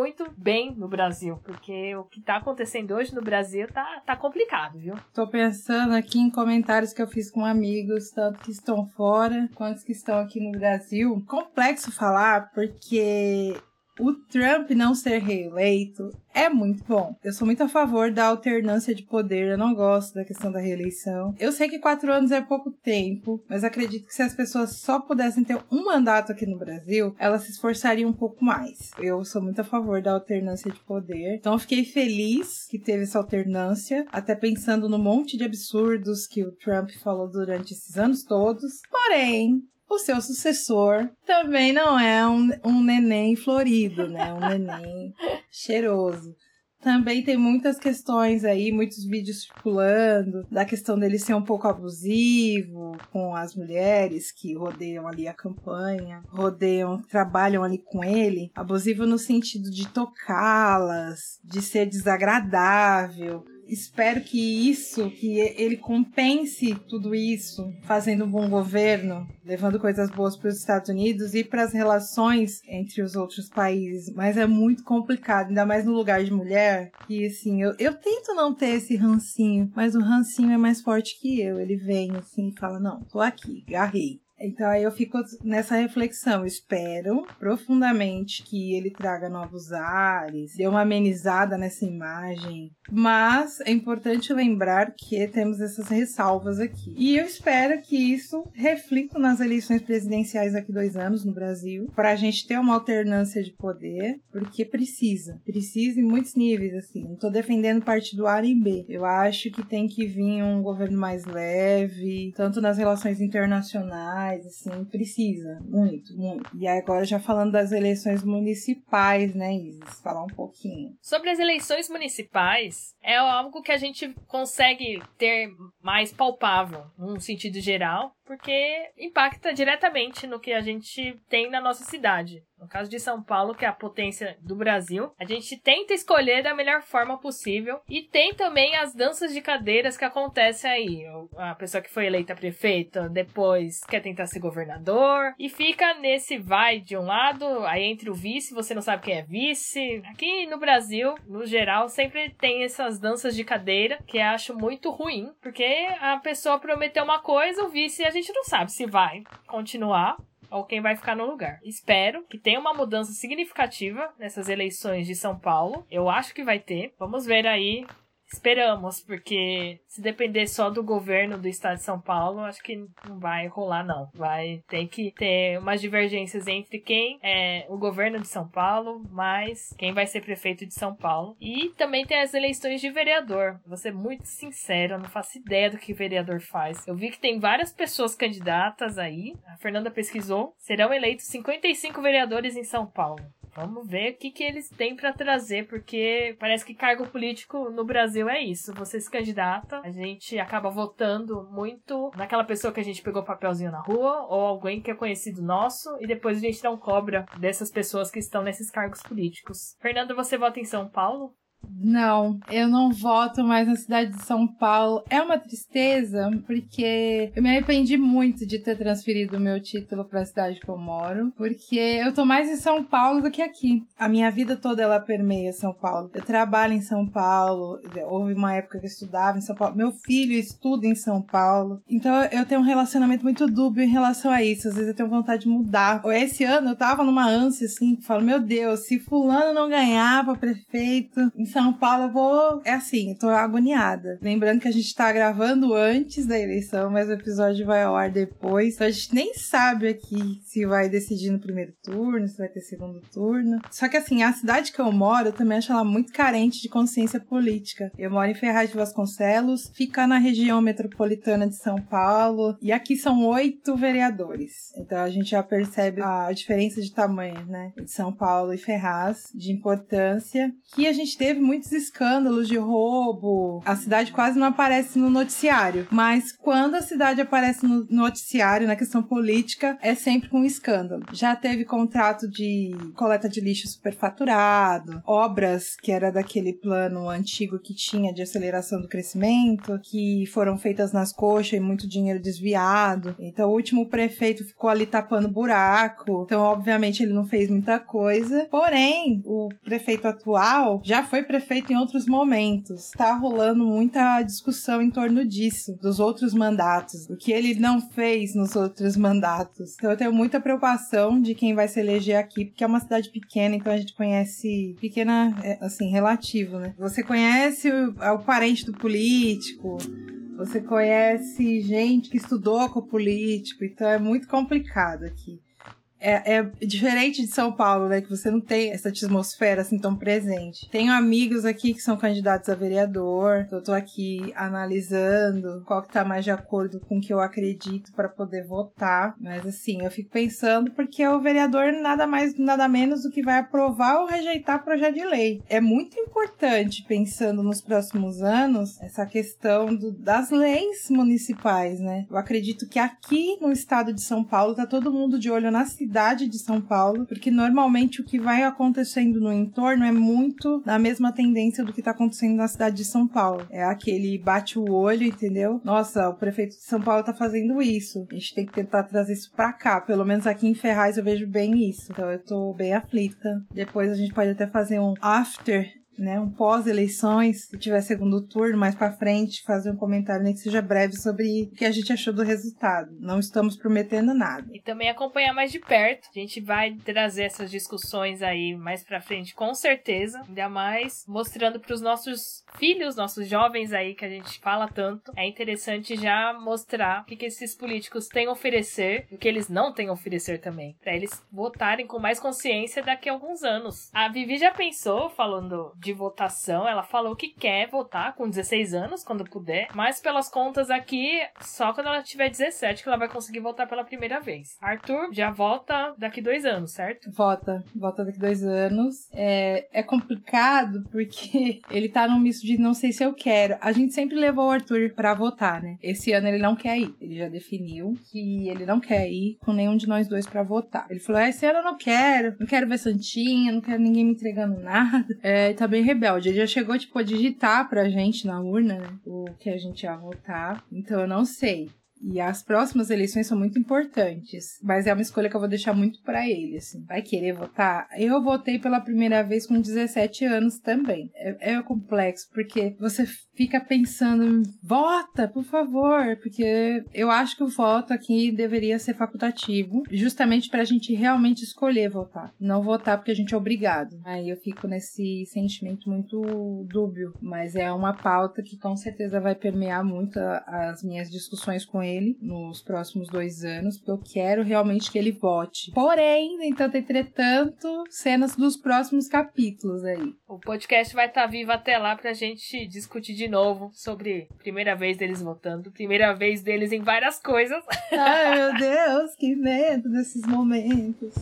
muito bem no Brasil, porque o que tá acontecendo hoje no Brasil tá complicado, viu? Tô pensando aqui em comentários que eu fiz com amigos, tanto que estão fora quanto que estão aqui no Brasil. Complexo falar, porque o Trump não ser reeleito é muito bom. Eu sou muito a favor da alternância de poder, eu não gosto da questão da reeleição. Eu sei que 4 anos é pouco tempo, mas acredito que se as pessoas só pudessem ter um mandato aqui no Brasil, elas se esforçariam um pouco mais. Eu sou muito a favor da alternância de poder. Então eu fiquei feliz que teve essa alternância, até pensando no monte de absurdos que o Trump falou durante esses anos todos. Porém, o seu sucessor também não é um neném florido, né? Um neném cheiroso. Também tem muitas questões aí, muitos vídeos circulando, da questão dele ser um pouco abusivo com as mulheres que rodeiam ali a campanha, trabalham ali com ele. Abusivo no sentido de tocá-las, de ser desagradável. Espero que ele compense tudo isso, fazendo um bom governo, levando coisas boas para os Estados Unidos e para as relações entre os outros países. Mas é muito complicado, ainda mais no lugar de mulher, que assim, eu tento não ter esse rancinho, mas o rancinho é mais forte que eu. Ele vem assim e fala, não, tô aqui, garrei. Então aí eu fico nessa reflexão, espero profundamente que ele traga novos ares, dê uma amenizada nessa imagem, mas é importante lembrar que temos essas ressalvas aqui. E eu espero que isso reflita nas eleições presidenciais daqui a 2 anos no Brasil, para a gente ter uma alternância de poder, porque precisa em muitos níveis, assim, não tô defendendo partido A nem B, eu acho que tem que vir um governo mais leve, tanto nas relações internacionais, assim, precisa, muito, muito. E agora já falando das eleições municipais, né, Isis? Falar um pouquinho. Sobre as eleições municipais, é algo que a gente consegue ter mais palpável, num sentido geral, porque impacta diretamente no que a gente tem na nossa cidade. No caso de São Paulo, que é a potência do Brasil, a gente tenta escolher da melhor forma possível e tem também as danças de cadeiras que acontecem aí. A pessoa que foi eleita prefeita depois quer tentar ser governador e fica nesse vai de um lado, aí entre o vice, você não sabe quem é vice. Aqui no Brasil, no geral, sempre tem essas danças de cadeira que eu acho muito ruim, porque a pessoa prometeu uma coisa, o vice a gente não sabe se vai continuar ou quem vai ficar no lugar. Espero que tenha uma mudança significativa nessas eleições de São Paulo. Eu acho que vai ter. Vamos ver aí. Esperamos, porque se depender só do governo do estado de São Paulo, acho que não vai rolar, não. Tem que ter umas divergências entre quem é o governo de São Paulo, mas quem vai ser prefeito de São Paulo. E também tem as eleições de vereador. Vou ser muito sincero, eu não faço ideia do que vereador faz. Eu vi que tem várias pessoas candidatas aí. A Fernanda pesquisou. Serão eleitos 55 vereadores em São Paulo. Vamos ver o que eles têm pra trazer, porque parece que cargo político no Brasil é isso. Você se candidata, a gente acaba votando muito naquela pessoa que a gente pegou papelzinho na rua, ou alguém que é conhecido nosso, e depois a gente não cobra dessas pessoas que estão nesses cargos políticos. Fernanda, você vota em São Paulo? Não, eu não voto mais na cidade de São Paulo. É uma tristeza, porque eu me arrependi muito de ter transferido o meu título para a cidade que eu moro, porque eu tô mais em São Paulo do que aqui. A minha vida toda ela permeia São Paulo. Eu trabalho em São Paulo, houve uma época que eu estudava em São Paulo, meu filho estuda em São Paulo, então eu tenho um relacionamento muito dúbio em relação a isso. Às vezes eu tenho vontade de mudar. Esse ano eu tava numa ânsia assim, que falo, meu Deus, se fulano não ganhar pra prefeito em São Paulo, eu vou... É assim, eu tô agoniada. Lembrando que a gente tá gravando antes da eleição, mas o episódio vai ao ar depois. Então a gente nem sabe aqui se vai decidir no primeiro turno, se vai ter segundo turno. Só que assim, a cidade que eu moro, eu também acho ela muito carente de consciência política. Eu moro em Ferraz de Vasconcelos, fica na região metropolitana de São Paulo, e aqui são 8 vereadores. Então a gente já percebe a diferença de tamanho, né? De São Paulo e Ferraz, de importância, que a gente teve muitos escândalos de roubo. A cidade quase não aparece no noticiário. Mas quando a cidade aparece no noticiário, na questão política, é sempre com escândalo. Já teve contrato de coleta de lixo superfaturado, obras que era daquele plano antigo que tinha de aceleração do crescimento, que foram feitas nas coxas e muito dinheiro desviado. Então, o último prefeito ficou ali tapando buraco. Então, obviamente, ele não fez muita coisa. Porém, o prefeito atual já foi prefeito em outros momentos. Tá rolando muita discussão em torno disso, dos outros mandatos, o que ele não fez nos outros mandatos. Então, eu tenho muita preocupação de quem vai se eleger aqui, porque é uma cidade pequena, então a gente conhece... Pequena, assim, relativo, né? Você conhece o parente do político... Você conhece gente que estudou com o político, então é muito complicado aqui. É diferente de São Paulo, né? Que você não tem essa atmosfera assim tão presente. Tenho amigos aqui que são candidatos a vereador. Eu tô aqui analisando qual que tá mais de acordo com o que eu acredito para poder votar. Mas assim, eu fico pensando porque o vereador nada mais, nada menos do que vai aprovar ou rejeitar projeto de lei. É muito importante, pensando nos próximos anos, essa questão das leis municipais, né? Eu acredito que aqui no estado de São Paulo tá todo mundo de olho na cidade de São Paulo, porque normalmente o que vai acontecendo no entorno é muito na mesma tendência do que tá acontecendo na cidade de São Paulo. É aquele bate o olho, entendeu? Nossa, o prefeito de São Paulo tá fazendo isso. A gente tem que tentar trazer isso pra cá. Pelo menos aqui em Ferraz eu vejo bem isso. Então eu tô bem aflita. Depois a gente pode até fazer um after, né, um pós-eleições, se tiver segundo turno, mais pra frente, fazer um comentário, nem que seja breve, sobre o que a gente achou do resultado. Não estamos prometendo nada. E também acompanhar mais de perto. A gente vai trazer essas discussões aí mais pra frente, com certeza. Ainda mais mostrando pros nossos filhos, nossos jovens aí, que a gente fala tanto. É interessante já mostrar o que esses políticos têm a oferecer e o que eles não têm a oferecer também. Pra eles votarem com mais consciência daqui a alguns anos. A Vivi já pensou, falando de votação, ela falou que quer votar com 16 anos, quando puder, mas pelas contas aqui, só quando ela tiver 17 que ela vai conseguir votar pela primeira vez. Arthur já vota daqui 2 anos, certo? Vota daqui 2 anos. É complicado porque ele tá num misto de não sei se eu quero. A gente sempre levou o Arthur pra votar, né? Esse ano ele não quer ir. Ele já definiu que ele não quer ir com nenhum de nós dois pra votar. Ele falou, esse ano eu não quero ver Santinha, não quero ninguém me entregando nada. Tá bem rebelde. Ele já chegou, tipo, a digitar pra gente na urna, né, o que a gente ia votar. Então eu não sei. E as próximas eleições são muito importantes. Mas é uma escolha que eu vou deixar muito pra ele, assim. Vai querer votar? Eu votei pela primeira vez com 17 anos também. É complexo, porque você fica pensando, vota, por favor. Porque eu acho que o voto aqui deveria ser facultativo, justamente pra gente realmente escolher votar. Não votar porque a gente é obrigado. Aí eu fico nesse sentimento muito dúbio. Mas é uma pauta que com certeza vai permear muito as minhas discussões com ele nos próximos 2 anos, porque eu quero realmente que ele vote. Porém, nem tanto entretanto, cenas dos próximos capítulos aí. O podcast vai estar vivo até lá pra gente discutir de novo sobre a primeira vez deles votando, primeira vez deles em várias coisas. Ai, meu Deus, que medo desses momentos.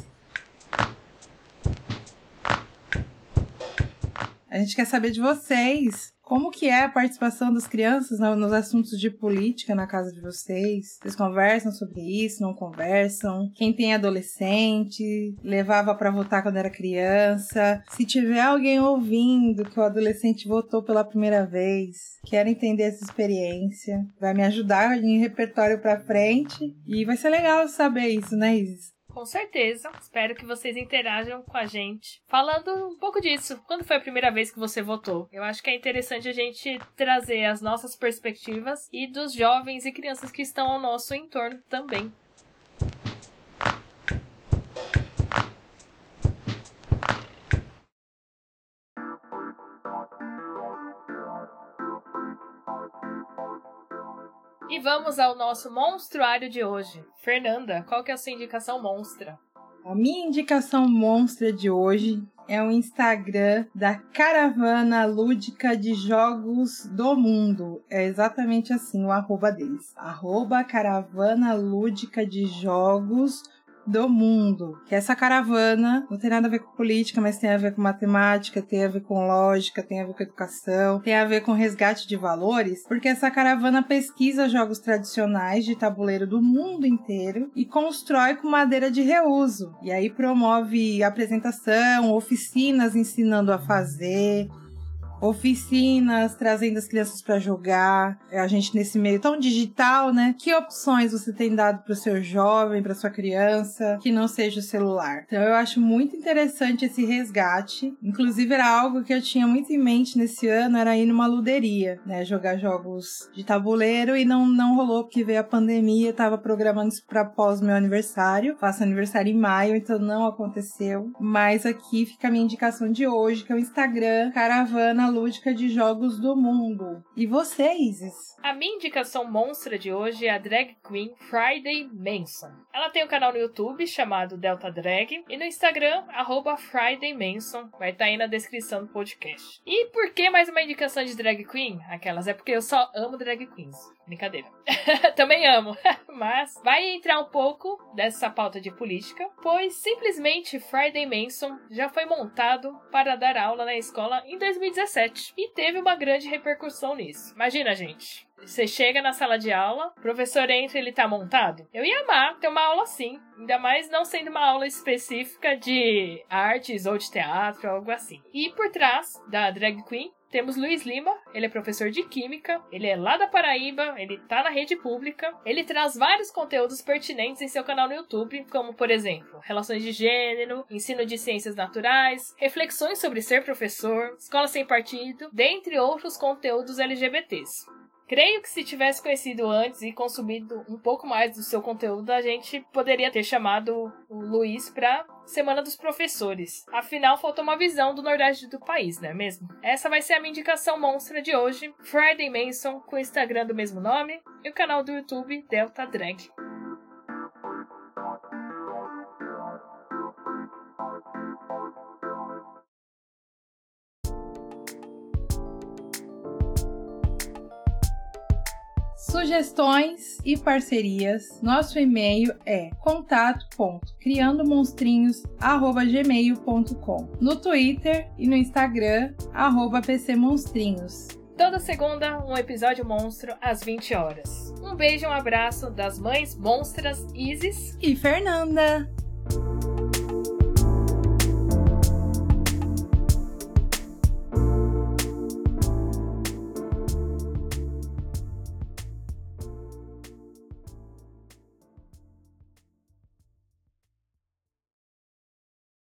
A gente quer saber de vocês. Como que é a participação das crianças nos assuntos de política na casa de vocês? Vocês conversam sobre isso, não conversam? Quem tem adolescente, levava pra votar quando era criança? Se tiver alguém ouvindo que o adolescente votou pela primeira vez, quero entender essa experiência, vai me ajudar em repertório pra frente e vai ser legal saber isso, né, Isis? Com certeza. Espero que vocês interajam com a gente. Falando um pouco disso. Quando foi a primeira vez que você votou? Eu acho que é interessante a gente trazer as nossas perspectivas e dos jovens e crianças que estão ao nosso entorno também. E vamos ao nosso monstruário de hoje. Fernanda, qual que é a sua indicação monstra? A minha indicação monstra de hoje é o Instagram da Caravana Lúdica de Jogos do Mundo. É exatamente assim o arroba deles. @Caravana Lúdica de Jogos do Mundo. Que essa caravana não tem nada a ver com política, mas tem a ver com matemática, tem a ver com lógica, tem a ver com educação, tem a ver com resgate de valores, porque essa caravana pesquisa jogos tradicionais de tabuleiro do mundo inteiro e constrói com madeira de reuso. E aí promove apresentação, oficinas ensinando a fazer, oficinas, trazendo as crianças para jogar. A gente nesse meio tão digital, né? Que opções você tem dado para o seu jovem, para sua criança, que não seja o celular? Então eu acho muito interessante esse resgate. Inclusive era algo que eu tinha muito em mente nesse ano, era ir numa luderia, né? Jogar jogos de tabuleiro e não rolou porque veio a pandemia. Eu tava programando isso para pós meu aniversário. Faço aniversário em maio, então não aconteceu. Mas aqui fica a minha indicação de hoje, que é o Instagram Caravana Lúdica de Jogos do Mundo. E você, Isis? A minha indicação monstra de hoje é a drag queen Friday Manson. Ela tem um canal no YouTube chamado Delta Drag e no Instagram, @FridayManson. Vai estar aí na descrição do podcast. E por que mais uma indicação de drag queen? Aquelas, é porque eu só amo drag queens. Brincadeira. Também amo. Mas vai entrar um pouco dessa pauta de política, pois simplesmente Friday Manson já foi montado para dar aula na escola em 2017 e teve uma grande repercussão nisso. Imagina, gente. Você chega na sala de aula, o professor entra e ele tá montado. Eu ia amar ter uma aula assim, ainda mais não sendo uma aula específica de artes ou de teatro, algo assim. E por trás da drag queen, temos Luiz Lima, ele é professor de Química, ele é lá da Paraíba, ele tá na rede pública, ele traz vários conteúdos pertinentes em seu canal no YouTube, como, por exemplo, relações de gênero, ensino de ciências naturais, reflexões sobre ser professor, escola sem partido, dentre outros conteúdos LGBTs. Creio que se tivesse conhecido antes e consumido um pouco mais do seu conteúdo, a gente poderia ter chamado o Luiz para Semana dos Professores. Afinal, faltou uma visão do Nordeste do país, não é mesmo? Essa vai ser a minha indicação monstra de hoje. Friday Manson, com o Instagram do mesmo nome, e o canal do YouTube Delta Drag. Sugestões e parcerias, nosso e-mail é contato.criandomonstrinhos@gmail.com, no Twitter e no Instagram @PCmonstrinhos. Toda segunda, um episódio monstro às 20 horas. Um beijo e um abraço das mães monstras Isis e Fernanda.